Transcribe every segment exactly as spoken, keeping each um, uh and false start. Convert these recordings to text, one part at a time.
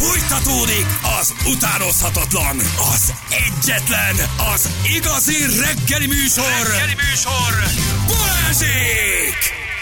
Fújtatódik az utánozhatatlan, az egyetlen, az igazi reggeli műsor, reggeli műsor, Balázsék!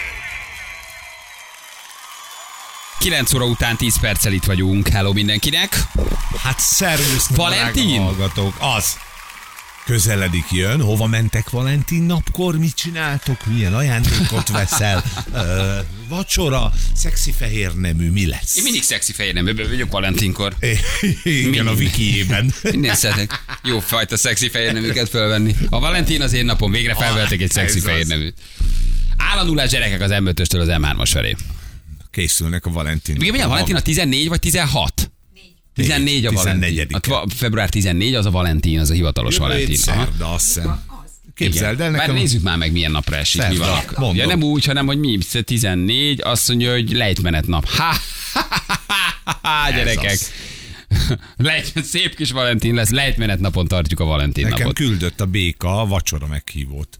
kilenc óra után tíz perccel itt vagyunk. Hello mindenkinek. Hát szervusz, Valentin. hallgatók. Az. Közeledik jön. Hova mentek Valentin napkor? Mit csináltok? Milyen ajándékot veszel? Ö, vacsora? Szexi fehér nemű? Mi lesz? Én mindig szexi fehér neműben vagyok Valentinkor. Igen, a Vikiében. Minden szeretek jó fajta szexi fehér neműket fölvenni. A Valentin az én napom. Végre felvettek egy szexi fehér neműt. Áll a nullás gyerekek az em ötöstől az em hármas felé. Készülnek a Valentin. Igen, mondjam, a Valentin a tizennégy vagy tizenhat? tizennégy a Valentin. A február tizennégy az a Valentin, az a hivatalos Jövő Valentin. szerda, azt hiszem. Képzeld el nekem. Már nézzük már meg, milyen napra esik. Mi van? Ja, nem úgy, hanem, hogy mi? tizennégy, azt mondja, hogy lejtmenet nap. Ha, ha, ha, ha gyerekek. Lejt, szép kis Valentin lesz, lejtmenet napon tartjuk a Valentin nekem napot. Nekem küldött a béka a vacsora meghívót.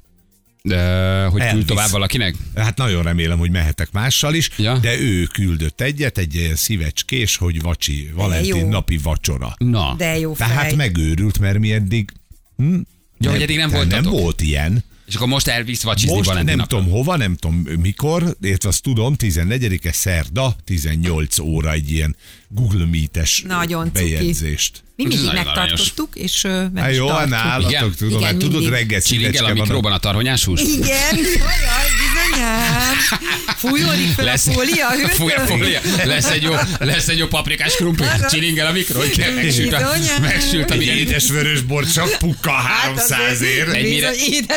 De, hogy küld tovább valakinek? Hát nagyon remélem, hogy mehetek mással is, ja. De ő küldött egyet, egy ilyen szívecskés, hogy vacsi, Valentin napi vacsora. Na. De jó fej. Tehát megőrült, mert mi eddig... Hm? Ja, hogy eddig nem voltatok? Nem volt ilyen. És akkor most elvisz vacsizni most Valentin nem napra. tudom hova, nem tudom mikor, értve azt tudom, tizennegyedike szerda, tizennyolc óra egy ilyen Google Meet-es nagyon bejegyzést. Cuki. Mi mindig megtartottuk, és uh, meg hát is jó, tartjuk. nálatok tudom, igen, hát tudod, mindig. reggel Csilingel a mikróban a tarhonyás hús? Igen, jaj, bizonyám. Fújódik fel lesz, a fólia, a hőtől. Fúj a fólia. Lesz egy jó, lesz egy jó paprikás krumpli. Csilingel a mikro, hogy kell megsült a, megsült a egy édesvörös bort csak pukka háromszázért. Egy, mire,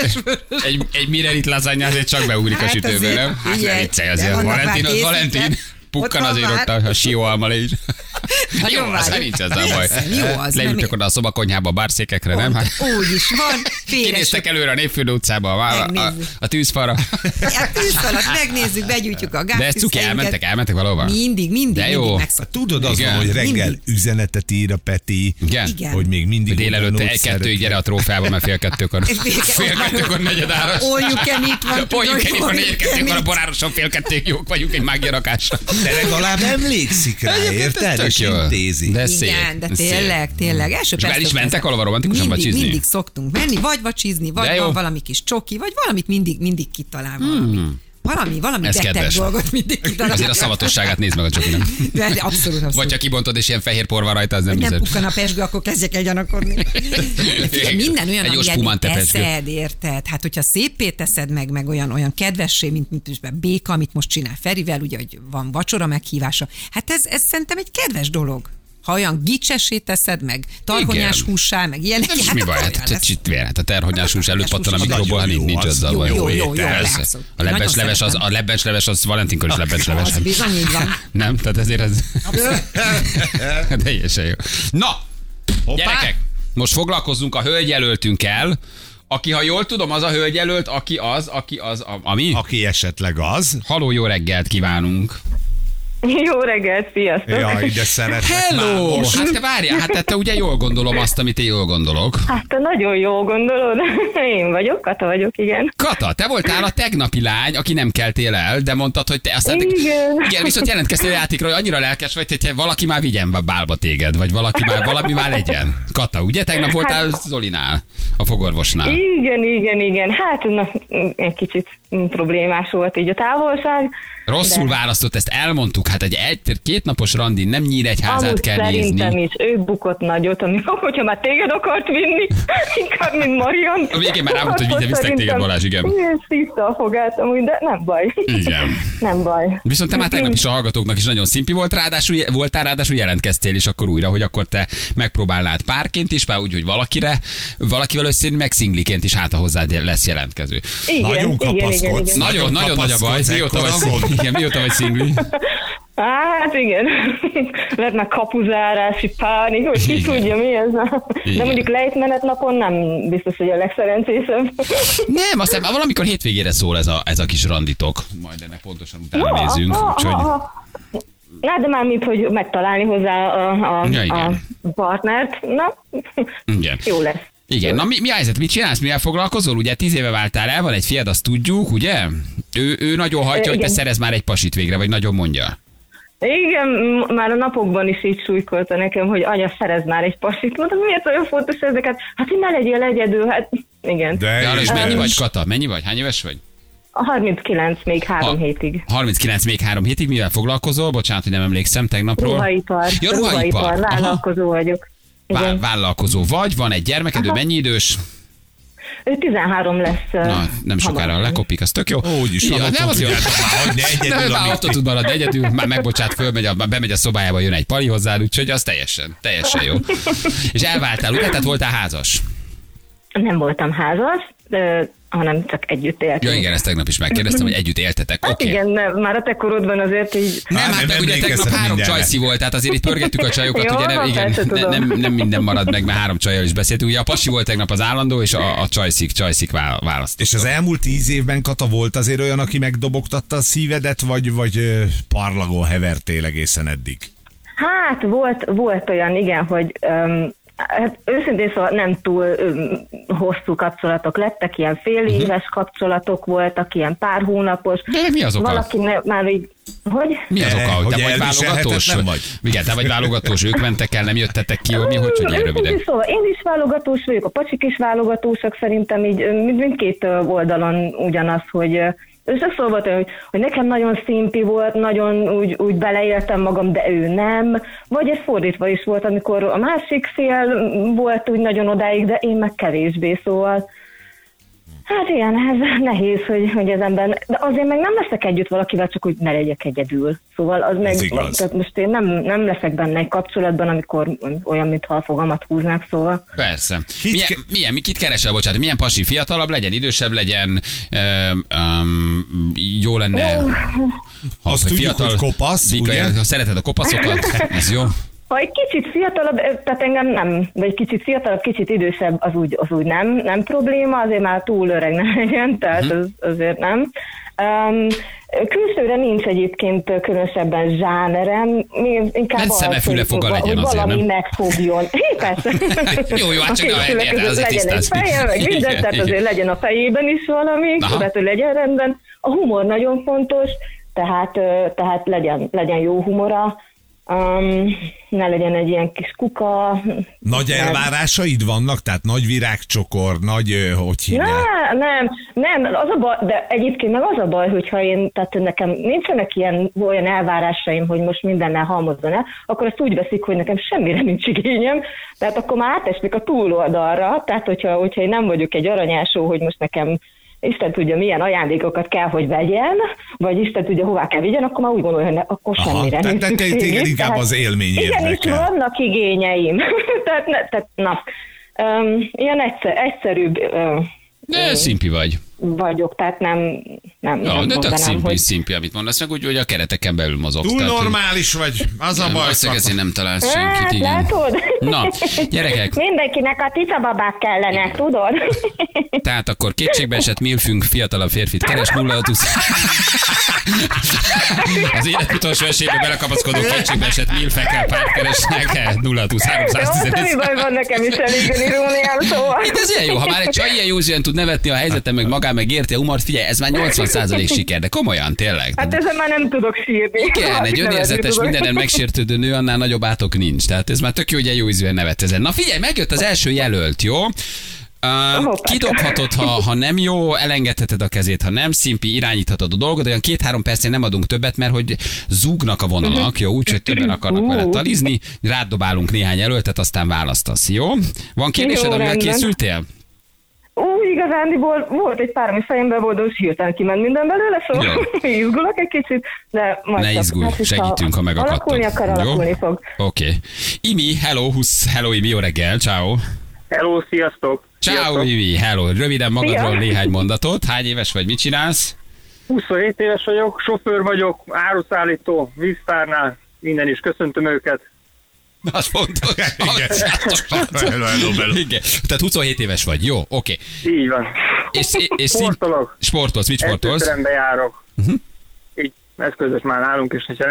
egy, egy mirelit lasagne azért csak beugrik a sütőből, nem? Hát ne viccelj azért. Valentin, az Valentin. Pukkan azért ott a, a sióalma is. Jó, aztán nincs ezzel baj. Jó, az leültök oda a szobakonyhába, a bárszékekre, nem? Hát, úgy is van. Kinéztek előre a Népfürdő utcába, a, a, a, a tűzfalra. A tűzfalat megnézzük, begyújtjuk a gázt. De ez cuki, elmentek, elmentek valahova? Mindig, mindig. De jó. Tudod az, hogy reggel mindig. Üzenetet ír a Peti, igen. Hogy még mindig délelőtt egy-kettőig gyere a trófeába, mert fél kettőkor. Fél kettőkor negyedáras. All-you-can eat van. All-you-can eat van, negyed kettőkor a borároson fél kettőig jók vagyunk egy mágiarakásra. De legalább emlékszik rá, érted? És intézi. De szép. Igen, de tényleg, tényleg. Első és el is mentek valahol romantikusan vacsizni? Mindig szoktunk menni, vagy vacsizni, vagy van valami kis csoki, vagy valamit mindig, mindig kitalál valami. Valami, valami beteg dolgot mindig kitalál. Azért a szavatosságát nézd meg a csokinak. De abszolút, abszolút. Vagy ha kibontod, és ilyen fehér por van rajta, az nem bizony. bizony. Nem pukkan a pesgő, akkor kezdjek el gyanakodni. Minden olyan, amilyet teszed, érted? Hát, hogyha szépé teszed meg, meg olyan, olyan kedvessé, mint, mint béka, amit most csinál Ferivel, ugye, hogy van vacsora meghívása. Hát ez, ez szerintem egy kedves dolog. Ha olyan gicsessé teszed meg, tarhonyás hússá, meg ilyenek. Ez hát mi baj? Hát a tarhonyás hús előtt pattan a mikróból, hát nincs azzal baj. Jó, jó, jó. A lebbes leves az, a lebbes leves az Valentinkor is lebbes leves. Az bizony így van. Nem? Tehát ezért ez... Teljesen jó. Na, gyerekek, most foglalkozzunk a hölgyjelöltünkkel, aki, ha jól tudom, az a hölgyjelölt, aki az, aki az, a, ami? Aki esetleg az. Halló, jó reggelt kívánunk. Jó reggelt, sziasztok! Jaj, de szeretlek. Hello! Már. Hát te várjál, hát te ugye jól gondolom azt, amit én jól gondolok. Hát te nagyon jól gondolod. Én vagyok, Kata vagyok, igen. Kata, te voltál a tegnapi lány, aki nem keltél el, de mondtad, hogy te aztán... Igen. Igen, viszont jelentkeztél a játékra, hogy annyira lelkes vagy, hogy valaki már vigyen bálba téged, vagy valaki már, valami már legyen. Kata, ugye? Tegnap voltál hát, Zolinál, a fogorvosnál. Igen, igen, igen. Hát na, egy kicsit problémás volt így a távolság. Rosszul de... választott, ezt elmondtuk, hát egy, egy kétnapos randin nem Nyíregyházát amúgy kell szerintem nézni. Is, ő bukott nagyot, hogyha már téged akart vinni, inkább, mint Mariant. A végén már rámondta, hogy visznek téged, Balázs, igen. Igen, szívta a fogát amúgy, de nem baj. Igen. Nem baj. Viszont te már tegnap is a hallgatóknak is nagyon szimpi volt, ráadásul, voltál, ráadásul jelentkeztél is akkor újra, hogy akkor te megpróbálnád párként is, már úgy, hogy valakire, valakivel összejönni, meg szingliként is, hát ha hozzád lesz jelentkező. Igen, nagyon kapaszkodsz. Nagyon, nagyon nagy a baj. Mióta vagy szingli? Igen, mióta vagy szingli? Hát igen, lehet már kapuzárási pánik, hogy ki tudja mi ez. Igen. De mondjuk lejtmenet napon nem biztos, hogy a legszerencsésebb. Nem, aztán valamikor hétvégére szól ez a, ez a kis randitok. Majd ennek pontosan utána ja, nézzünk. Ha, úgyhogy... ha, ha. Na, de már mint, hogy megtalálni hozzá a, a, ja, a partnert. Na, igen. Jó lesz. Igen, na mi, mi a helyzet? Mit csinálsz? Mivel foglalkozol? Ugye tíz éve váltál el, van egy fiad, azt tudjuk, ugye? Ő, ő nagyon hajtja, hogy te szerez már egy pasit végre, vagy nagyon mondja. Igen, már a napokban is így súlykolta nekem, hogy anya, szerez már egy pasit. Mondom, miért olyan fontos ezeket? Hát, hogy ne legyél egyedül, hát igen. De, De és mennyi vagy, Kata? Mennyi vagy? Hány éves vagy? A harminckilenc még három ha, hétig. harminckilenc még három hétig, mivel foglalkozol? Bocsánat, hogy nem emlékszem tegnapról. Ruhaipar. Ja, ruhaipar. ruhaipar. Vállalkozó vagyok. Vá- vállalkozó vagy, van egy gyermeked, ő mennyi idős? Ő tizenhárom lesz. Na, nem sokára lekopik, az tök jó. Ó, úgyis ja, nem az jó. Nem, már ott tud marad egyedül, már megbocsát, fölmegy, a, bemegy a szobájába, jön egy pali hozzá, úgyhogy az teljesen, teljesen jó. És elváltál, ugye? Tehát voltál házas? Nem voltam házas, de, hanem csak együtt éltünk. Ja, igen, ezt tegnap is megkérdeztem, hogy együtt éltetek. Hát okay. igen, ne, már a te korodban azért így... Nem, hát, hát meg ugye tegnap három csajszi volt, tehát azért itt pörgettük a csajokat, jó, ugye nem, igen, ne, nem, nem minden marad meg, mert három csajjal is beszéltünk. Ugye a pasi volt tegnap az állandó, és a, a csajszik, csajszik választ. És az elmúlt tíz évben, Kata, volt azért olyan, aki megdobogtatta a szívedet, vagy, vagy parlagon hevertél egészen eddig? Hát volt, volt olyan, igen, hogy... Um, Hát őszintén szóval nem túl öm, hosszú kapcsolatok lettek, ilyen fél éves uh-huh. kapcsolatok voltak, ilyen pár hónapos. De mi az oka? Valaki ne, már így, hogy? Mi az oka? Hogy te vagy válogatós? Vagy? Igen, te vagy válogatós, ők mentek el, nem jöttetek ki, mi hogy, hogy ilyen röviden? Szóval én is válogatós vagyok, a pacsik is válogatósak, szerintem így mindkét oldalon ugyanaz, hogy összeszólva, hogy, hogy nekem nagyon szimpi volt, nagyon úgy, úgy beleéltem magam, de ő nem. Vagy ez fordítva is volt, amikor a másik fél volt úgy nagyon odáig, de én meg kevésbé, szóval hát igen, ez nehéz, hogy, hogy az ember, de azért meg nem leszek együtt valakivel, csak hogy ne legyek egyedül. Szóval az meg, tehát most én nem, nem leszek benne egy kapcsolatban, amikor olyan, mintha a fogamat húznák, szóval. Persze. Milyen, milyen, kit keresel, bocsánat, milyen pasi, fiatalabb legyen, idősebb legyen, um, jó lenne, oh. ha azt tudjuk, fiatal, hogy kopasz, dika, ugye? Ha szereted a kopaszokat, ez jó. Ha egy kicsit fiatalabb, tehát engem nem, vagy egy kicsit fiatalabb, kicsit idősebb, az úgy, az úgy nem, nem probléma, azért már túl öreg ne legyen, tehát az, azért nem. Um, külsőre nincs egyébként különösebben zsánerem, inkább nem szemefüle foga legyen hogy azért, valami nem? megfogjon. Persze. Jó, jó, hát csak a legyen egy feje, meg minden, tehát azért legyen a fejében is valami, tehát hogy legyen rendben. A humor nagyon fontos, tehát, tehát legyen, legyen jó humora. Um, ne legyen egy ilyen kis kuka. Nagy elvárásaid vannak? Tehát nagy virágcsokor, nagy, hogy hívják? Nem, nem, nem, az a baj, de egyébként meg az a baj, hogyha én, tehát nekem nincsenek ilyen olyan elvárásaim, hogy most mindennel halmozzon el, akkor azt úgy veszik, hogy nekem semmire nincs igényem, tehát akkor már áteslik a túloldalra, tehát hogyha, hogyha én nem vagyok egy aranyásó, hogy most nekem Isten tudja, milyen ajándékokat kell, hogy vegyen, vagy Isten tudja, hová kell vigyen, akkor már úgy gondolja, hogy ne, akkor aha, semmire te, nincs te, te, téged inkább az élmény érdekel. Igenis vannak igényeim. tehát, ne, tehát, na, um, ilyen egyszer, egyszerűbb uh, de szimpi vagy. Vagyok, tehát nem, nem, ja, nem de tök szimpi, hogy... szimpi, amit mondasz, meg úgy, hogy a kereteken belül mozogsz. Túl tehát, normális vagy, az a baj. Valószínűleg nem találsz senkit, hát, igen. Látod? Na, gyerekek. Mindenkinek a ticababák kellene, tudod? Tehát akkor kétségbeesett milfünk fiatalabb férfit keres, nulla öt húsz. Az élet utolsó esélybe belekapaszkodó kétségbeesett milfekkel párt keresnek, nulla öt húsz háromszáztizenöt. Semmi baj van, nekem is elég öniróniám, szóval. Itt ez ilyen jó, ha már egy csaj ilyen józően tud nevetni a helyzetem, meg magán, meg érti a humort, figyelj, ez már nyolcvan százalék siker, de komolyan, tényleg. Hát ezen már nem tudok sírni. Igen, egy önérzetes, mindenen megsértődő nő, annál nagyobb átok nincs. Tehát ez már tök jó, hogy ilyen jó ízűen nevet ezen. Na figyelj, megjött az első jelölt, jó? Uh, kidobhatod, ha, ha nem jó, elengedheted a kezét, ha nem, szimpi, irányíthatod a dolgot, olyan két-három percnél nem adunk többet, mert hogy zúgnak a vonalak, jó, úgyhogy többen akarnak vele talizni, rádobálunk néhány jelöltet, aztán választasz, jó? Van kérdésed, jó, amivel készültél? Úgy igazándiból volt egy pár, ami fejemben volt, de úgy hirtelen kiment minden belőle, szóval izgulok egy kicsit, de majd ne izgulj, hát, segítünk, ha megakadtok. Alakulni akar, alakulni fog. Oké. Okay. Imi, hello, husz, hello Imi, jó reggel, ciao. Hello, sziasztok. Ciao Imi, hello. Röviden magadról Szia. Néhány mondatot. Hány éves vagy, mit csinálsz? huszonhét éves vagyok, sofőr vagyok, áruszállító, víztárnál, minden is köszöntöm őket. Az fontos. Igen. Tehát huszonhét éves vagy, jó, oké. Okay. Így van. És, és sportolok. Sportolsz, mit sportolsz? Edzőterembe járok. Uh-huh. Így, ez közös már nálunk is, hogyha nem,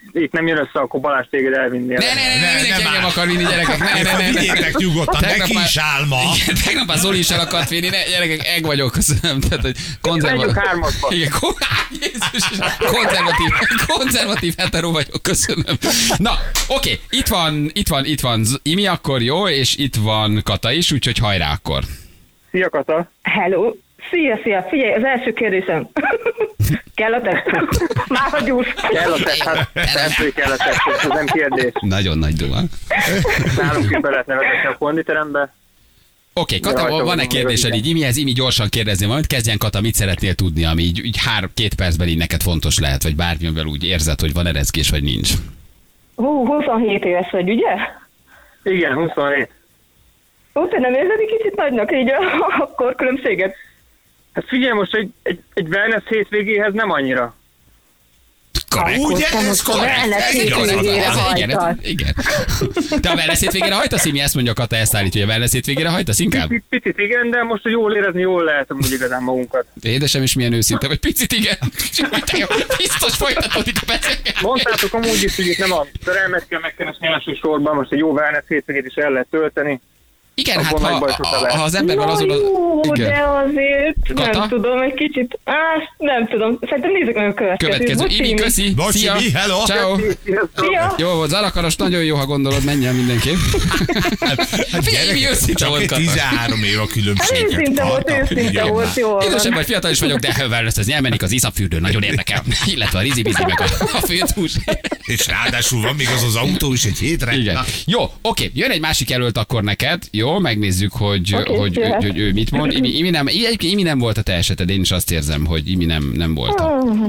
itt nem jön össze, akkor Balázs téged elvinni. Ne, ne, ne, ne, mindenki engem akar vinni, gyerekek. Ne, ne, ne, Vigyétek nyugodtan, neki is álma. Tegnap a Zoli is el akart vinni, ne, gyerekek, eg vagyok, köszönöm. Tehát, hogy konzervatív... Igen, Jézus, konzervatív, konzervatív hetero vagyok, köszönöm. Na, oké, itt van, itt van, itt van Imi akkor, jó, és itt van Kata is, úgyhogy hajrá akkor. Szia, Kata. Hello. Szia, szia. Figyelj, az első kérdésem. Kell a teszt? Már a gyús. Kell a teszt, hát persze, kell a teszt, ez nem kérdés. Nagyon nagy duma. Nálunk is be lehetne vezetni a konditerembe. Oké, okay, Kata, van-e kérdésed így Imihez? Imi gyorsan kérdezni majd. Kezdjen, Kata, mit szeretnél tudni, ami így, így három, két percben így neked fontos lehet, vagy bármilyen úgy érzed, hogy van ereszkés, vagy nincs? Hú, huszonhét éves vagy, ugye? Igen, huszonhét. Ó, te nem érzed egy kicsit nagynak így akkor különbséget? Hát figyelj, most egy, egy, egy wellness hétvégéhez nem annyira. Korrekt. Ugye? Ez korrekt. Igen, igen. Te a wellness hétvégére hajtasz, Imi? Ezt mondja Kata, ezt állítja, hogy a wellness hétvégére hajtasz inkább? Picit, picit igen, de most, hogy jól érezni, jól lehet amúgy igazán magunkat. Édesem is milyen őszinte, vagy picit igen. Biztos folytatódik a beszélgetés. Mondtátok amúgy is, hogy itt nem a szerelmet kell megkeresni elsősorban, most egy jó wellness hétvégét is el lehet tölteni. Igen, hát ha, ha, ha az ember van azon... Jó, igen. de azért Kata? nem tudom, egy kicsit... Á, nem tudom. Szerintem nézzük meg a következőt. Következő. Imi, köszi. Bocsi, Szia. mi? Hello. Ciao. Szia. Jó volt, Zalakaros, nagyon jó, ha gondolod, menjen mindenki. Hát Figyelj, Imi őszinte volt, Kata. tizenhárom év a különbség. Őszinte volt, őszinte volt, jól Idősebb van. vagy, fiatal is vagyok, de wellnessezni elmennék, az iszapfürdő, nagyon érdekel. Illetve a rizibizi meg a, a főtús. És ráadásul van még az az autó is egy hétre. Igen. Na. Jó, oké, jön egy másik jelölt akkor neked. Jó, megnézzük, hogy, Oké, hogy, jöhet. hogy, hogy ő mit mond. Imi, Imi, nem, egyébként Imi nem volt a te eseted, én is azt érzem, hogy Imi nem, nem volt.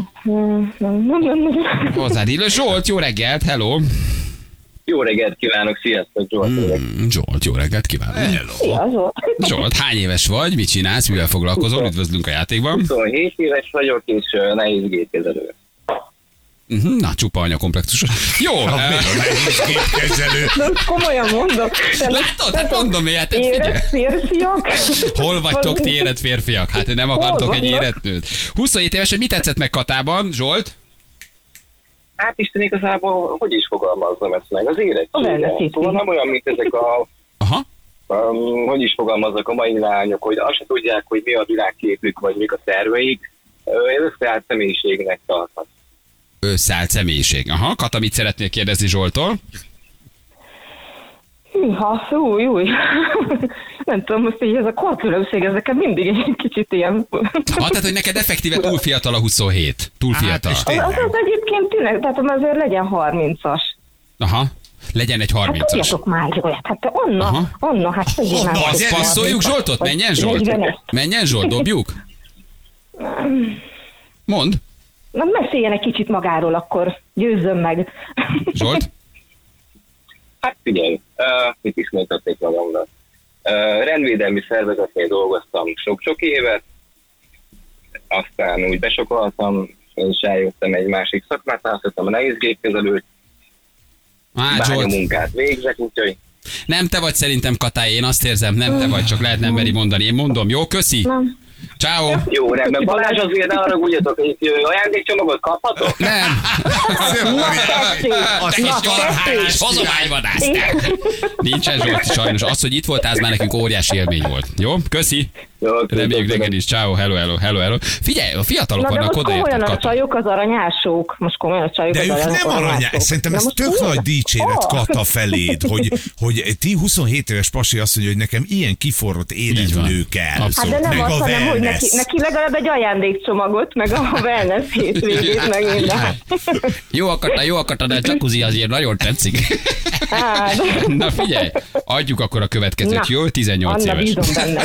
Hozzád illő. Zsolt, jó reggelt, hello. Jó reggelt kívánok, sziasztok, Zsolt. Mm, Zsolt, jó reggelt kívánok. Hello. Szia, Zsolt. Zsolt, hány éves vagy, mit csinálsz, mivel foglalkozol? Üdvözlünk a játékban. huszonhét éves vagyok, és uh, nehéz gépkezelő. Uh-huh, na, csupa anyakomplexus. Jó. A eh, nehéz gépkezelő. De komolyan mondok. Látod, hát mondom, hogy hát figyelj. Érett férfiak. Hol vagytok ti érett férfiak? Hát nem akartok Hol egy vannak? érett nőt. huszonhét éves, hogy mi tetszett meg Katában, Zsolt? Hát Isten igazából, hogy is fogalmazzam ezt meg, az A érettsége. wellness Szóval nem olyan, mint ezek a, Aha. um, hogy is fogalmazzak a mai lányok, hogy azt se tudják, hogy mi a világképük, vagy mik a terveik. Ez összeállt személyiségnek tarthat. Összeállt személyiség. Aha, Kata, mit szeretnél kérdezni Zsoltól? Hűha, új, új. Nem tudom, most így ez a korkülönbség, ez nekem mindig egy kicsit ilyen... Ha, tehát, hogy neked effektíve túl fiatal a huszonhét. Túl Hát, fiatal. és Az, tényleg. az az egyébként tényleg, tehát azért legyen harmincas. Aha. Legyen egy Hát harmincas. tudjatok már egy olyat, hát Anna, Aha. Anna, hát tegyél Anna, már. az egy Passzoljuk harmincas, Zsoltot? vagy Menjen Zsolt? negyvenes. Menjen Zsolt, dobjuk? Mondd. Na, meséljen egy kicsit magáról, akkor győzzön meg. Zsolt? Hát figyelj, uh, mit is mondhatnék magamnak. Uh, rendvédelmi szervezetnél dolgoztam sok-sok évet, aztán úgy besokoltam, és eljöttem egy másik szakmát, választottam a nehéz gépkezelőt, Hát Zsolt, munkát végzek, úgyhogy nem te vagy szerintem Katály, én azt érzem, nem te vagy, csak lehet nem meri mondani. Én mondom, jó, köszi. Nem. Ciao. jó, rendben. Balázs, azért ne haragudjatok, egy ö, ajándékcsomagot kaphatok? Nem. Azt Te is a jól karhányás hozományvadász. Nincsen Zsolt, sajnos. Az, hogy itt voltál, az már nekünk óriási élmény volt. Jó? Köszi. Jó, Reméljük neked is. Ciao, hello, hello, hello, hello. Figyelj, a fiatalok Na, de vannak most odaértek, komolyan a Kata. csajok az aranyások. Most komolyan a csajok De az ők aranyások. nem aranyás. Szerintem Na ez most tök mi? nagy dicséret Ah. Kata feléd, hogy, hogy ti huszonhét éves pasi azt mondja, hogy nekem ilyen kiforrott Így van. életnő kell. Hát Abszolút. de nem Meg azt, a hanem, hogy neki, wellness. neki legalább egy ajándékcsomagot, meg a wellness hétvégét, meg minden. Jó akarta, jó akarta, de a jacuzzi azért nagyon tetszik. Hát. Na figyelj, adjuk akkor a következőt, Na, jó? tizennyolc Anna, éves. bízom benne.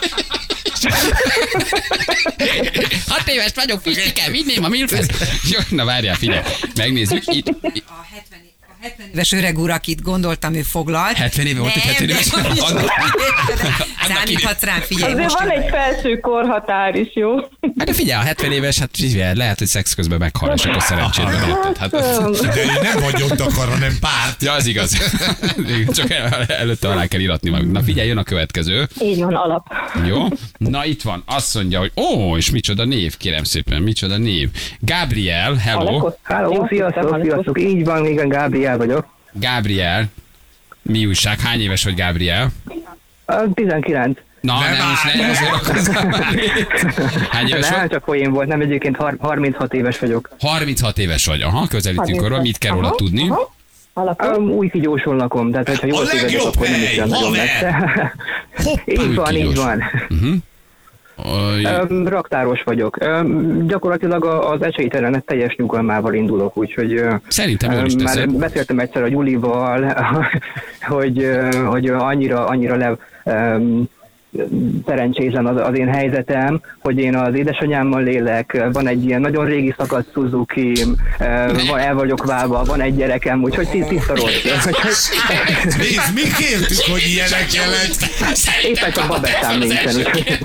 Hat éves vagyok, figyelj, kell vinném a milfet. Jó, na várjál, figyelj, megnézzük. Itt, itt, hetven éves öreg úr, akit gondoltam, ő foglalt. hetven éve volt, hogy hetven éves? Számíthatsz rám, figyelj. Azért van egy felső korhatár is, jó? Hát de figyelj, a hetven éves, hát figyelj, lehet, hogy szex közben meghal, és akkor szerencsétlen érted. Hát, de ő nem vagy ott akar, hanem párt. Ja, az igaz. Csak el, előtte alá kell iratni magunk. Na figyelj, jön a következő. Így van, alap. Jó? Na itt van. Azt mondja, hogy ó, és micsoda név, kérem szépen, micsoda név. Gabriel, hello. Hello, sziasztok, sziasztok. Így van, igen, Gabriel vagyok. Gabriel. Mi újság? Hány éves vagy, Gabriel? tizenkilenc. Na, nem, nem is ne, azért hány éves nem, vagy? csak poén volt, nem, egyébként harminchat éves vagyok. harminchat éves vagy, aha, közelítünk arra, mit kell róla tudni? Um, új kígyóson lakom, tehát hogyha jól tévedek, akkor nem is olyan nagyon messze. Így van, így van. Uh-huh. Um, raktáros vagyok. Um, gyakorlatilag az esélytelenet teljes nyugalmával indulok, úgyhogy szerintem jól is um, teszed. Már beszéltem egyszer a Gyulival, hogy, hogy annyira, annyira le um, szerencsétlen az, az én helyzetem, hogy én az édesanyámmal élek, van egy ilyen nagyon régi szakadt Suzuki-m, van, el vagyok válva, van egy gyerekem, úgyhogy tiszta rossz. Nézd, mi kértük, hogy ilyenek jelent. Éppen csak babettám nincsen.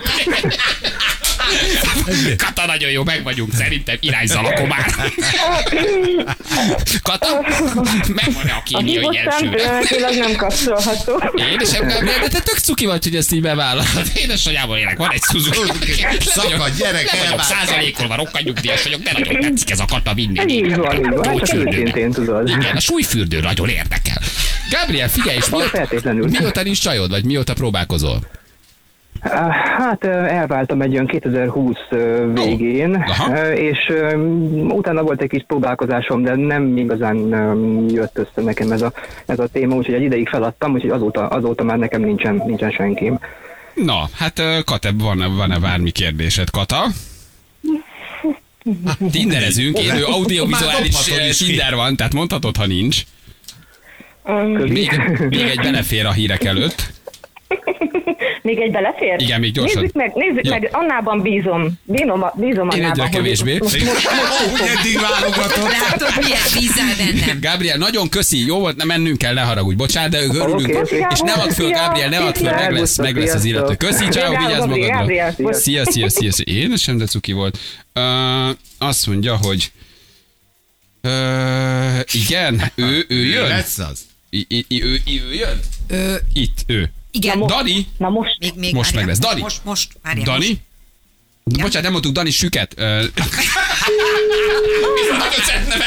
Kata, nagyon jó, meg vagyunk, szerintem irányzal akkor már. Kata, megvan-e a kémia, hogy első? A pillanatilag nem kapcsolható. Édesem, de te tök cuki vagy, hogy ezt így bevállalod. Édesanyával élek, van egy Suzuki. Szakad, gyerek, elvált. Százalékon van, rokkal nyugdíjas vagyok, de nagyon tetszik ez a Kata mindig. Így van, így van, csak őszintén tudod. Igen, a súlyfürdő nagyon érdekel. Gabriel, figyelj, és mióta, mióta nincs csajod, vagy mióta próbálkozol? Hát elváltam egy olyan kétezer-húsz végén, oh. és utána volt egy kis próbálkozásom, de nem igazán jött össze nekem ez a, ez a téma, úgyhogy egy ideig feladtam, úgyhogy azóta, azóta már nekem nincsen, nincsen senkém. Na, hát Kata, van-e, van-e bármi kérdésed, Kata? Tinderezünk, élő audiovizuális Tinder van, tehát mondhatod, ha nincs. Még, még egy belefér a hírek előtt. Még egy belefér? Igen, még gyorsan. Nézzük meg, nézzük Jó. meg, Annában bízom. Bízom, bízom Én Annában. egyre kevésbé. Úgy eddig válogatott. Látod, milyen bízál bennem. Gabriel, nagyon köszi, jó volt, nem mennünk kell, ne haragudj, bocsánat, de örülünk. Okay. És nem add föl, Gabriel, ne add föl, meg lesz, meg lesz az illető. Köszi, ciao, vigyázz magadra. Szia, szia, szia, szia. Édesem, de cuki volt. Uh, azt mondja, hogy uh, igen, ő, ő jön. Lesz az? I, I, ő, ő jön? Ö, Itt, ő. igen. Na, Dani? Na most. Még, még Most meg lesz. Dani? Most, most, várjál, Dani? most. Bocsánat, nem mondtuk Dani süket. Ö, Nagyon szeretném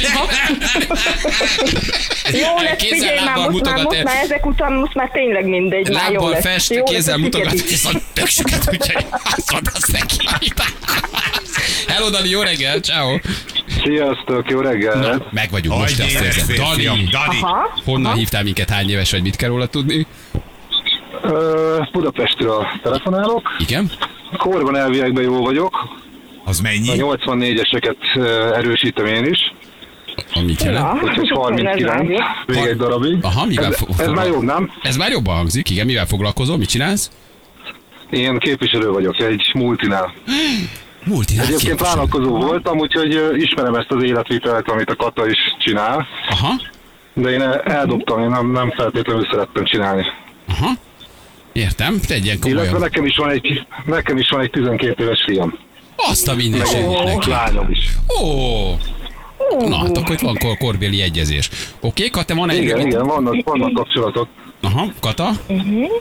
Jó lesz, figyelj már, most már, most már ezek után, most már tényleg mindegy. Már jó lábbal lesz. fest, Jó kézzel lesz, mutogat, figyelj. viszont tök süket, úgyhogy azt mondasz neki. Hello, Dani, jó reggel, ciao. Sziasztok, jó reggel! Na, meg vagyunk most, Aj, azt édes érzem. férfiam, Dani, Dani. Aha. honnan hívtál minket, hány éves vagy, mit kell róla tudni? Ö, Budapestről telefonálok. Igen? Korban elviekben jó vagyok. Az A mennyi? nyolcvannégyeseket ö, erősítem én is. Amit jelent? Na, Úgyhogy harminckilenc, még egy darabig. Aha, mivel Ez, fo- ez foglal- már jobb, nem? Ez már jobban hangzik, igen, mivel foglalkozol, mit csinálsz? Én képviselő vagyok, egy multinál. Multinál Egyébként képviselő. vállalkozó voltam, úgyhogy ö, ismerem ezt az életvitelt, amit a Kata is csinál. Aha, De én el- eldobtam, én nem, nem feltétlenül szerettem csinálni. aha. Értem, tegyen Illetve komolyan. nekem is van egy, nekem is van egy tizenkét éves fiam. Azt a mindenségét neki. Lányom is. Ó, na, hát akkor itt van kor- korbéli egyezés. Oké, Kata, van egy... Igen, igen, vannak, vannak kapcsolatok. Aha, Kata? Öm,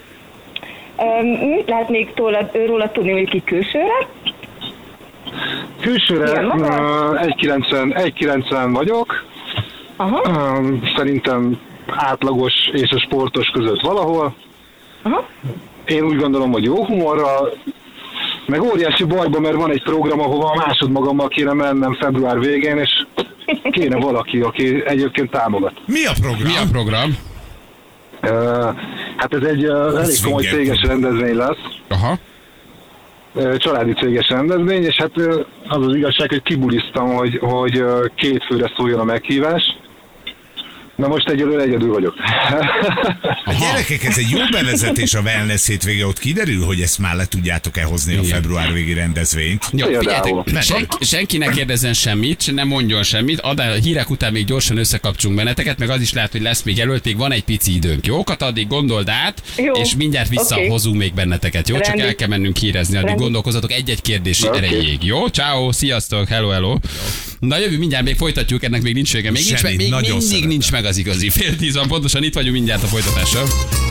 Mit lehet még róla, róla tudni, hogy ki külsőre? Külsőre Igen, maga? ö, egy kilencven egy kilencven vagyok. Aha, Ö, Szerintem átlagos és a sportos között valahol. aha. Én úgy gondolom, hogy jó humorral, meg óriási bajban, mert van egy program, ahova a másodmagammal kéne mennem február végén, és kéne valaki, aki egyébként támogat. Mi a program? Mi a program? Ö, Hát ez egy ö, elég komoly Swinger. céges rendezvény lesz. Aha. Ö, Családi céges rendezvény, és hát ö, az az igazság, hogy kibuliztam, hogy, hogy ö, két főre szóljon a meghívás. Na most egyelőre egyedül vagyok. A gyerekek, ez egy jó bevezetés a wellness hétvége, ott kiderül, hogy ezt már le tudjátok-e hozni a február végi rendezvényt. Jó, figyeljetek, sen, senki ne kérdezzen semmit, ne mondjon semmit, a hírek után még gyorsan összekapcsunk benneteket, meg az is lehet, hogy lesz még előtt, még van egy pici időnk. Jókat addig gondold át, jó. És mindjárt visszahozunk okay. még benneteket, jó? Rendi. Csak el kell mennünk hírezni, addig Rendi. Gondolkozatok egy-egy kérdés okay. erejéig, jó? Ciao, sziasztok, hello, hello. Na jövő, mindjárt még folytatjuk, ennek még nincs vége. Még, nincs, meg, még mindig szeretem. Nincs meg az igazi. Fél tíz van, pontosan itt vagyunk mindjárt a folytatással.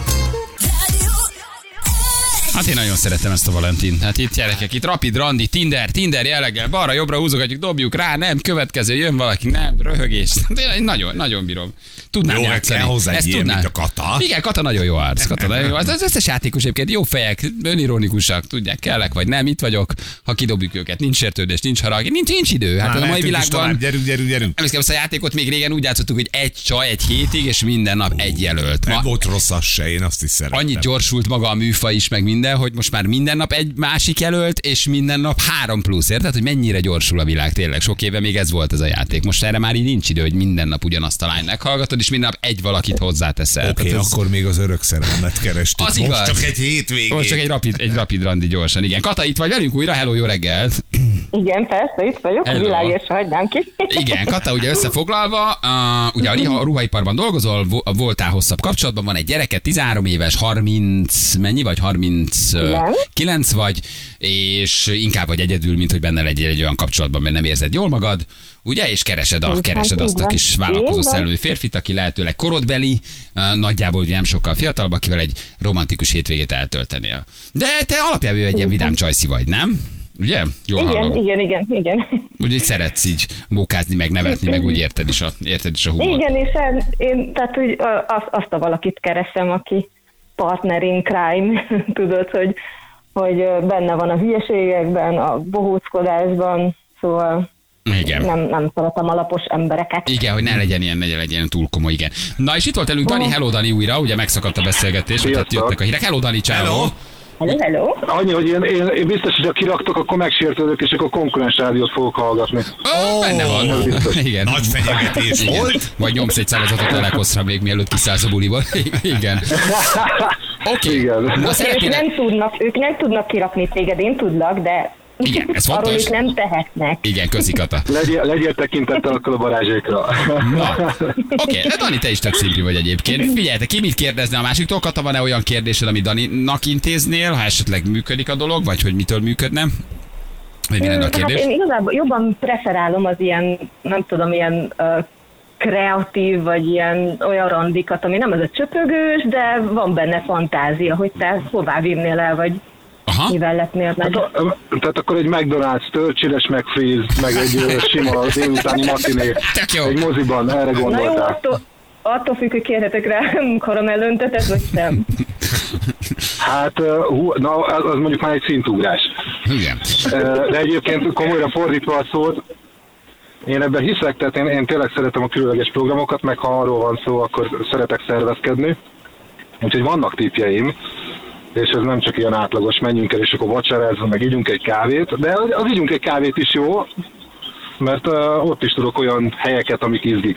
Hát én nagyon szeretem ezt a Valentin. Hát itt gyerekek, itt rapid randi, Tinder, Tinder jelleggel, balra-jobbra húzogatjuk, dobjuk rá, nem, következő, jön valaki, nem, röhögés. Én nagyon, nagyon bírom. Tudnám jó, játszani. Hozzá ezt ilyen, mint a Kata. Igen, Kata nagyon jó arc. Kata nagyon jó. Az összes játékos egyébként jó fejek, önironikusak, tudják, kellek vagy nem, itt vagyok, ha kidobjuk őket. Nincs sértődés, nincs harag, nincs, nincs idő. Hát Már a mai világban. Tovább, gyerünk, gyerünk, gyerünk. Emlékszem, azt a játékot még régen úgy játszottuk, hogy egy csaj egy hétig, és minden nap egy jelölt. Nem volt rossz az se, én azt is szeretem. Annyit gyorsult maga a műfaj is, meg minden, hogy most már minden nap egy másik jelölt, és minden nap három plusz. Érted, hogy mennyire gyorsul a világ tényleg? Sok éve még ez volt ez a játék. Most erre már így nincs idő, hogy minden nap ugyanazt a lányt meghallgatod, és minden nap egy valakit hozzáteszel. Oké, okay, ez... akkor még az örök szerelmet kerestük. Az most igaz. csak egy hétvégén. Most csak egy rapid, egy rapid randi gyorsan. Igen. Kata, itt vagy velünk újra? Hello, jó reggelt! Igen, persze, itt vagyok, Hello. Világos, hagynám ki. Igen, Kata, ugye összefoglalva, uh, ugye a ruhaiparban dolgozol, voltál hosszabb kapcsolatban, van egy gyereke, tizenhárom éves, harminc, mennyi vagy? harminckilenc vagy, és inkább vagy egyedül, mint hogy benne legyél egy olyan kapcsolatban, mert nem érzed jól magad, ugye, és keresed, a, keresed azt a kis vállalkozó szellői férfit, aki lehetőleg korodbeli, uh, nagyjából ugye nem sokkal fiatalabb, akivel egy romantikus hétvégét eltöltenél. De te alapjában egy ilyen vidám csajszi vagy, nem? Ugye? Jól igen, hallom. igen, igen, igen. Úgy szeretsz így mókázni, meg nevetni, meg úgy érted is a, érted is a humort. Igen, és én tehát úgy az, azt a valakit keresem, aki partner in crime, tudod, hogy, hogy benne van a hülyeségekben, a bohóckodásban, szóval igen. Nem, nem szeretem alapos embereket. Igen, hogy ne legyen ilyen, ne legyen túl komoly, igen. Na és itt volt elünk Dani, hello Dani újra, ugye megszakadt a beszélgetés, hogy hát jöttek a hírek. Hello Dani, ciao. Hello, hello. Annyi, hogy én, én, én biztos, hogy ha kiraktok, akkor megsértődök, és akkor konkurens rádiót fogok hallgatni. Ó, oh, benne van. Igen. Nagy fenyegetés volt. Vagy nyomsz egy szállazatot Elekoszra még mielőtt kiszállsz a buliból. Igen. Oké. Okay. Ők nem tudnak, ők nem tudnak kirakni téged, én tudlak, de... Igen, ez fontos. Arról ők nem tehetnek. Igen, köszi Kata. Legyél, legyél tekintettel akkor a barázsékra. Na, oké, okay. Dani, te is tök szimpi vagy egyébként. Figyelj, te ki mit kérdezne a másiktól? Kata, van-e olyan kérdésed, amit Daninak intéznél, ha esetleg működik a dolog, vagy hogy mitől működne? Vagy mi lenne a kérdés? Hát én igazából jobban preferálom az ilyen, nem tudom, ilyen uh, kreatív, vagy ilyen olyan randikat, ami nem az a csöpögős, de van benne fantázia, hogy te hová vinnél el, vagy aha. Mivel letnél meg? Hát, tehát akkor egy McDonald's, tölcséres McFreeze, meg egy sima délutáni matiné. Egy moziban, erre gondoltál. Na jó, attól, attól függ, hogy kérhetek rá karamellöntetet, vagy sem. Hát, hú, na, az mondjuk már egy szintugrás. Igen. De egyébként komolyra fordítva a szót, én ebben hiszek, tehát én, én tényleg szeretem a különleges programokat, meg ha arról van szó, akkor szeretek szervezkedni. Úgyhogy vannak tippjeim, és ez nem csak ilyen átlagos, menjünk el, és akkor vacsorázunk, meg ígyunk egy kávét, de az, az ígyunk egy kávét is jó, mert uh, ott is tudok olyan helyeket, amik izgik.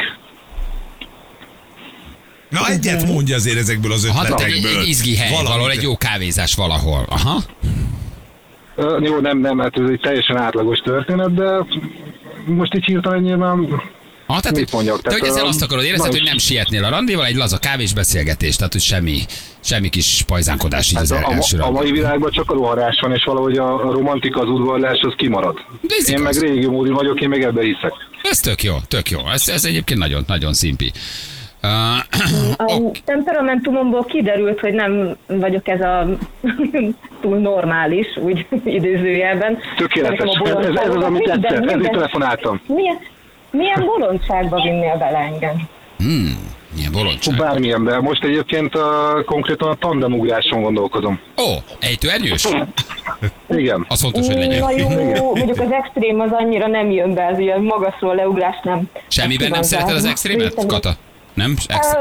Na egyet mondja azért ezekből az ötletekből. Egy, egy izgi hely, valamit. Valahol egy jó kávézás valahol. Aha. Uh, jó, nem, nem, hát ez egy teljesen átlagos történet, de most így hirtelen nyilván... Ah, tehát, mit mondjak? Te, hogy ezzel azt akarod érezni, hogy nem sietnél a randival, egy laza kávés beszélgetés, tehát hogy semmi, semmi kis pajzánkodás így hát az a, első a, a mai világban csak a rohanás van, és valahogy a romantika, az udvarlás, az kimarad. Én meg régi módi vagyok, én meg ebben hiszek. Ez tök jó, tök jó. Ez, ez egyébként nagyon, nagyon szimpi. Uh, a ok. temperamentumomból kiderült, hogy nem vagyok ez a túl normális, úgy idézőjelben. Tökéletes. Ez, ez, ez az, amit tetszett. Ezért telefonáltam. Milyen, milyen bolondságba vinnél bele engem? Hmm, milyen bolondság? Bármilyenben. Most egyébként uh, konkrétan a tandemugráson gondolkodom. Ó, oh, ejtőernyős? Igen. Az fontos, hogy legyen. Na jó, mondjuk az extrém az annyira nem jön be, az ilyen magasról leugrás nem. Semmiben nem szereted az extrémet, Kata? Nem?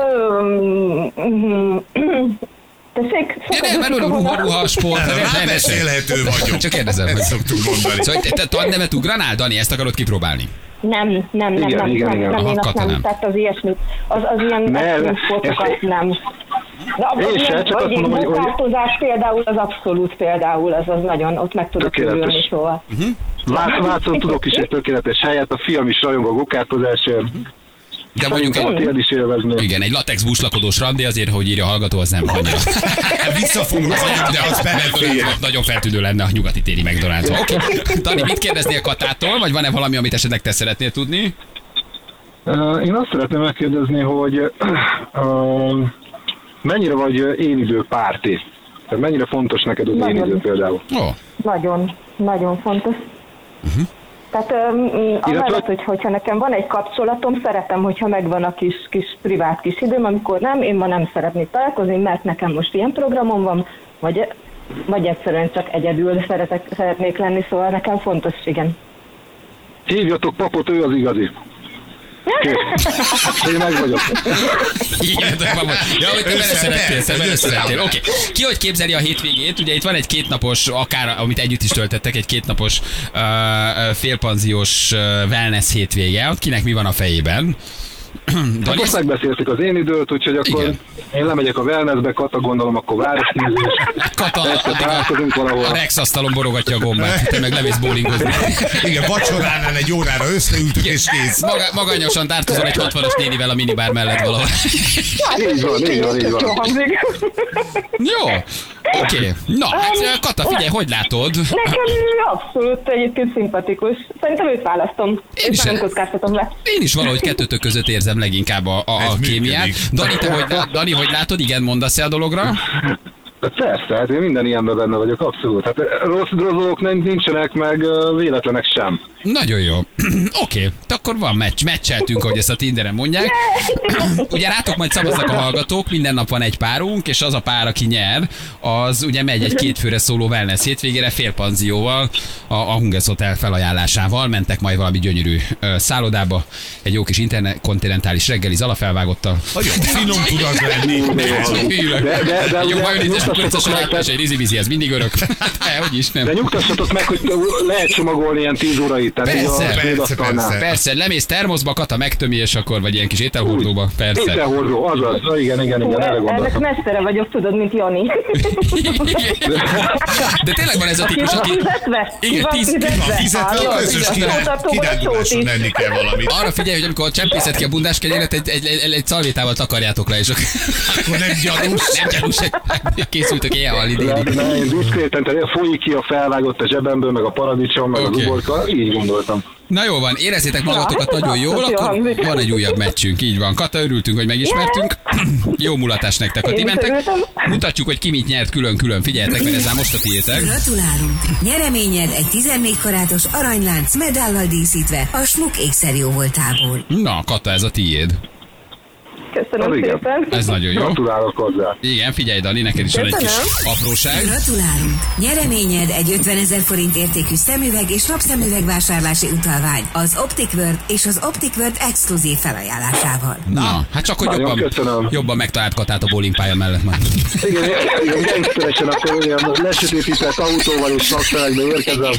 Tessék? Nem, mert ruha, ruha, sport. Nem beszélhető vagyok. Csak kérdezem. Ezt szoktuk mondani. Szóval te tandemet ugranál, Dani? Ezt akarod kipróbálni? Nem, nem, nem, Igen, nem, igen, nem, igen. nem, én Aha, azt nem, nem. tehát az ilyesmi, az, az ilyen Ne, extrém ne, sportokat ezt- nem. De az Én se, ilyen, csak azt vagy mondom, egy hogy- hogy- bokártozás például, az abszolút például, az az nagyon, ott meg tudok Tökéletes. ülni, szóval. Vác- Vácon tudok is egy tökéletes helyet, a fiam is rajong a gokártozásért. De mondjuk egy, Szerintem is élvezni. igen, egy latex búslakodós randi azért, hogy írja a hallgató, az nem annyira. Visszafogom az anyag, de az belefér. Nagyon feltűnő lenne a nyugati téri McDonald's. Oké. Okay. Dani, mit kérdeznél Katától, vagy van-e valami, amit esetleg te szeretnél tudni? Uh, Én azt szeretném megkérdezni, hogy uh, mennyire vagy élidő párti? Tehát mennyire fontos neked az Nagyon. élidő például? Ó, Nagyon, nagyon fontos. Uh-huh. Tehát um, amellett, hogy, hogyha nekem van egy kapcsolatom, szeretem, hogyha megvan a kis, kis privát kis időm, amikor nem, én ma nem szeretnék találkozni, mert nekem most ilyen programom van, vagy, vagy egyszerűen csak egyedül szeretek, szeretnék lenni, szóval nekem fontos, igen. Hívjatok papot, ő az igazi. Kész. Én meg vagyok. igen, de van, ja, hogy te bele Össze- szerettél, te bele össze- szerettél. Oké. Ki hogy képzeli a hétvégét? Ugye itt van egy kétnapos, akár, amit együtt is töltettek, egy kétnapos uh, félpanziós uh, wellness hétvége. Ott kinek mi van a fejében? Hát most megbeszéltük az én időt, úgyhogy akkor Igen. én lemegyek a wellnessbe, Kata gondolom, akkor városnézés. Kata, Este találkozunk valahol. a Rex asztalon borogatja a gombát, te meg levész bowlingozni. Igen, vacsoránál egy órára összeültük és kész. Maga, magányosan tártozol egy hatvanas nénivel a minibár mellett valahol. Így van, így van, így Jó van. hangzik. Jó, oké. Okay. Na, hát Kata, figyelj, hogy látod? Nekem abszolút egyébként szimpatikus. Szerintem őt választom. Én Én is- nem kockáztatom le. Én is valahogy kettőtök között érzem leginkább a, a, a Ez kémiát. működik. Dani, te hogy, Dani, hogy látod? Igen, mondasz-e a dologra? Persze, hát én minden ilyenben benne vagyok, abszolút. Hát rossz dolgok nem nincsenek, meg ö, véletlenek sem. Nagyon jó. Oké, okay. Akkor van meccs. Meccseltünk, ahogy ezt a Tinderen mondják. Ugye rátok majd szavaznak a hallgatók, minden nap van egy párunk, és az a pár, aki nyer, az ugye megy egy kétfőre szóló wellness hétvégére félpanzióval, a, a Hunges Hotel felajánlásával. Mentek majd valami gyönyörű ö, szállodába, egy jó kis interkontinentális reggeli zalafelvágottal. Nagyon finom tud az lenni. De, de, de, Jó ugye majonézes nyugtassatok kukoricas meg, alány, és tehát- egy rizibizi, ez mindig örök. Hát, hogy is nem. de nyugtassatok meg, hogy lehet csomagolni ilyen tíz órait. Tehát így Persze, a persze, fődasztalnál. persze. Persze, lemész termoszba, Kata megtömi, és akkor, vagy ilyen kis ételhordóba, persze. Ételhordó, azaz. Na, igen, igen, igen, erre Ennek gondoltam. messzere vagyok, tudod, mint Jani. De tényleg van ez a Ki típus, van aki... fizetve? Ki Igen, van tíz- Ki van fizetve, Hallod? a közös Mutatom, hogy a kiránduláson sót is. lenni kell valamit. arra figyelj, hogy amikor csempészed ki a bundás kenyeret, egy, egy, egy, egy szalvétával takarjátok le, és akkor Akkor nem gyanús. nem gyanús, készültök ilyen halli De, déli. de én diszkréten, tehát folyik ki a felvágott a zsebemből, meg a paradicsom, meg Oké. az uborka, így gondoltam. Na jó van, érezzétek magatokat Na, nagyon jól, jó akkor hangzik. van egy újabb meccsünk, így van. Kata, örültünk, hogy megismertünk. Jó mulatás nektek, ha ti Én is mentek. örültem. Mutatjuk, hogy ki mit nyert külön-külön. Figyeljetek, mert ez már most a tiétek. Gratulálunk! Nyereményed egy tizennégy karátos aranylánc medállal díszítve a Smuk ékszer jó voltából. Na, Kata, ez a tiéd. Köszönöm Az igen. szépen. Ez nagyon jó. Gratulálok hozzá. Igen, figyelj, Dani, neked is van egy kis Köszönöm. apróság. Gratulálunk! Nyereményed egy ötvenezer forint értékű szemüveg és napszemüveg vásárlási utalvány az Optic World és az Optic World exkluzív felajánlásával. Na, hát csak, hogy Nagyon jobban, köszönöm. jobban megtalált Katát a bowlingpálya mellett majd. Igen, igen, gangsteresen akkor olyan lesötétített autóval és napszelegbe érkezem.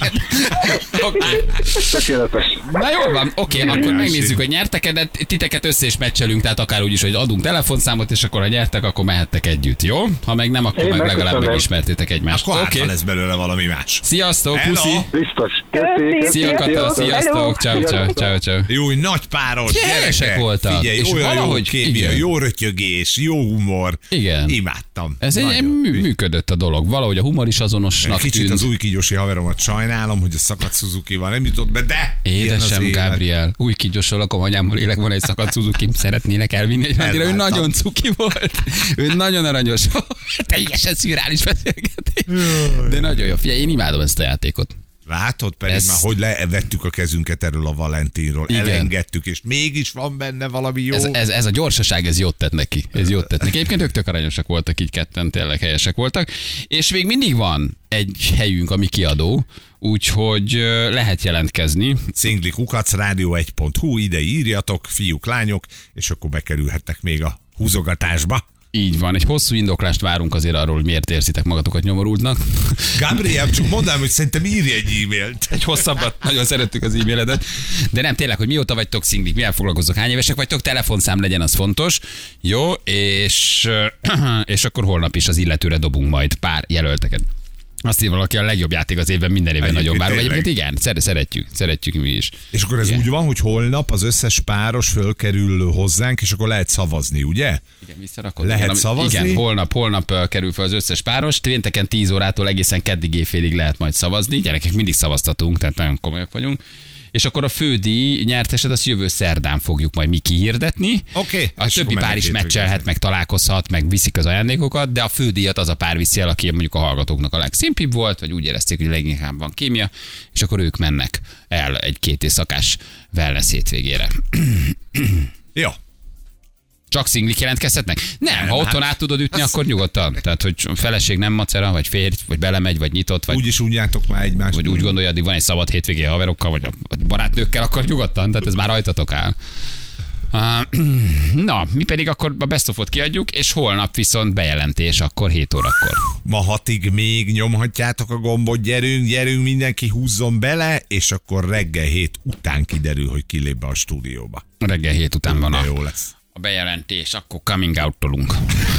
Tökéletes. Na jól van, oké, okay, akkor megnézzük, hogy nyertek, de titeket össze is meccselünk, tehát akár úgy is, hogy adunk telefonszámot, és akkor ha nyertek, akkor mehettek együtt, jó? Ha meg nem, akkor Én meg legalább megköszönöm. megismertétek egymást. Akkor hát, Oké, ha lesz belőle valami más. sziasztok, Hello. puszi! Biztos. Köszi. Köszi. Szia Kata, Hello. sziasztok, ciao, ciao, ciao, ciao. Jó, nagy páros, Helyesek gyerekek. voltak. Figyelj, És olyan valahogy- jó kémia, igen. jó rötyögés, jó humor. Igen. Imádtam. Ez egy Nagyon. mű, működött a dolog. Valahogy a humor is azonosnak Kicsit tűnt. az új kígyósi haveromat sajnálom, hogy a szakadt Suzuki-val nem jutott be, de ilyen az Édesem, élet. Gabriel, új kígyósol lakom, anyámmal élek, van egy szakadt Suzuki, szeretnének elvinni egy randira. Ő Elváltam. nagyon cuki volt. Ő nagyon aranyos. Teljesen szürreális beszélgetés. De nagyon jó. Figyelj, én imádom ezt a játékot. Látod pedig Ez- már, hogy levettük a kezünket erről a Valentinról, Igen. elengedtük, és mégis van benne valami jó. Ez, ez, ez a gyorsaság, ez jót tett neki. Ez jót tett neki. Egyébként ők tök aranyosak voltak, így ketten tényleg helyesek voltak. És még mindig van egy helyünk, ami kiadó, úgyhogy ö, lehet jelentkezni. Szingli kukac, rádió egy pont hu, ide írjatok, fiúk, lányok, és akkor bekerülhetnek még a húzogatásba. Így van, egy hosszú indoklást várunk azért arról, hogy miért érzitek magatokat nyomorultnak. Gabriel, csak mondanám, hogy szerintem írj egy e-mailt. Egy hosszabbat, nagyon szerettük az e-mailedet. De nem, tényleg, hogy mióta vagytok szinglik, mivel foglalkoztok, hány évesek vagytok, telefonszám legyen, az fontos. Jó, és, és akkor holnap is az illetőre dobunk majd pár jelölteket. Azt ír valaki, a legjobb játék az évben, minden évben nagyon várom. Egyébként igen, szeretjük, szeretjük mi is. És akkor ez igen. Úgy van, hogy holnap az összes páros fölkerül hozzánk, és akkor lehet szavazni, ugye? Igen, visszarakod. Lehet holnap, szavazni? Igen, holnap, holnap kerül fel az összes páros. Pénteken tíz órától egészen keddig éjfélig lehet majd szavazni. Gyerekek, mindig szavaztatunk, tehát nagyon komolyak vagyunk. És akkor a fődíj nyerteset azt jövő szerdán fogjuk majd mi kihirdetni. Okay. A többi pár is meccselhet, meg találkozhat, meg viszik az ajándékokat, de a fődíjat az a pár viszi el, aki mondjuk a hallgatóknak a legszimpibb volt, vagy úgy érezték, hogy leginkább van kémia, és akkor ők mennek el egy két éjszakás wellness hétvégére. Jó. Csak szinglik jelentkezhetnek? Nem, nem, ha otthon hát, át tudod ütni, akkor nyugodtan. Tehát, hogy feleség nem macera, vagy férj, vagy belemegy, vagy nyitott, vagy... Úgyis unjátok már egymást. Vagy úgy gondolja, hogy van egy szabad hétvégé haverokkal, vagy a barátnőkkel, akkor nyugodtan, tehát ez már rajtatok áll. Uh, na, mi pedig akkor a Best of-ot kiadjuk, és holnap viszont bejelentés, akkor hét órakor. Ma hatig még nyomhatjátok a gombot, gyerünk, gyerünk, mindenki húzzon bele, és akkor reggel hét után kiderül, hogy kilép be a stúdióba. Reggel hét után van a... jó lesz. A bejelentés, akkor coming out-tolunk.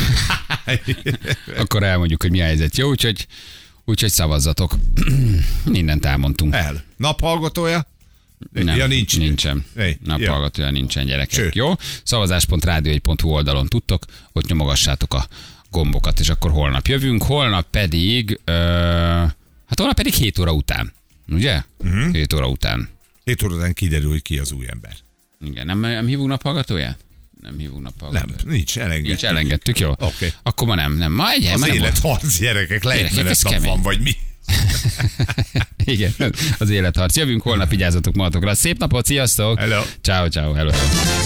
Akkor elmondjuk, hogy mi a helyzet. Jó, úgyhogy, úgyhogy szavazzatok. Mindent elmondtunk. El. Naphallgatója? Nem, ja, nincs. Nincsen. Hey, Naphallgatója nincsen, gyerekek. Sőt. Jó? szavazás pont rádió egy pont hu oldalon tudtok, ott nyomogassátok a gombokat, és akkor holnap jövünk. Holnap pedig, ö, hát holnap pedig hét óra után. Ugye? Uh-huh. hét óra után. hét óra után kiderül, hogy ki az új ember. Igen, nem, nem hívunk naphallgatóját? Nem hívunk naphallgatóját. Nem, nincs, elengedtük. Nincs, elengedtük, jó? Okay. Akkor ma nem, nem. Ma egy az ma életharc, gyerekek, lehet nap van, vagy mi? Igen, az életharc. Jövünk holnap, vigyázzatok magatokra. Szép napot, sziasztok! Hello! Ciao, ciao, hello!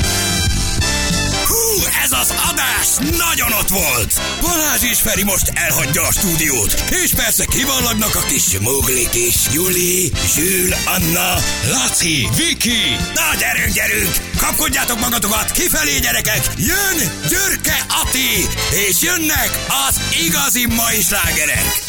Hú, ez az adás nagyon ott volt! Balázs és Feri most elhagyja a stúdiót, és persze kivallagnak a kis smuglik is. Juli, Zsül, Anna, Laci, Viki. Na gyerünk, gyerünk! Kapkodjátok magatokat, kifelé gyerekek! Jön Györke Ati, és jönnek az igazi mai slágerek!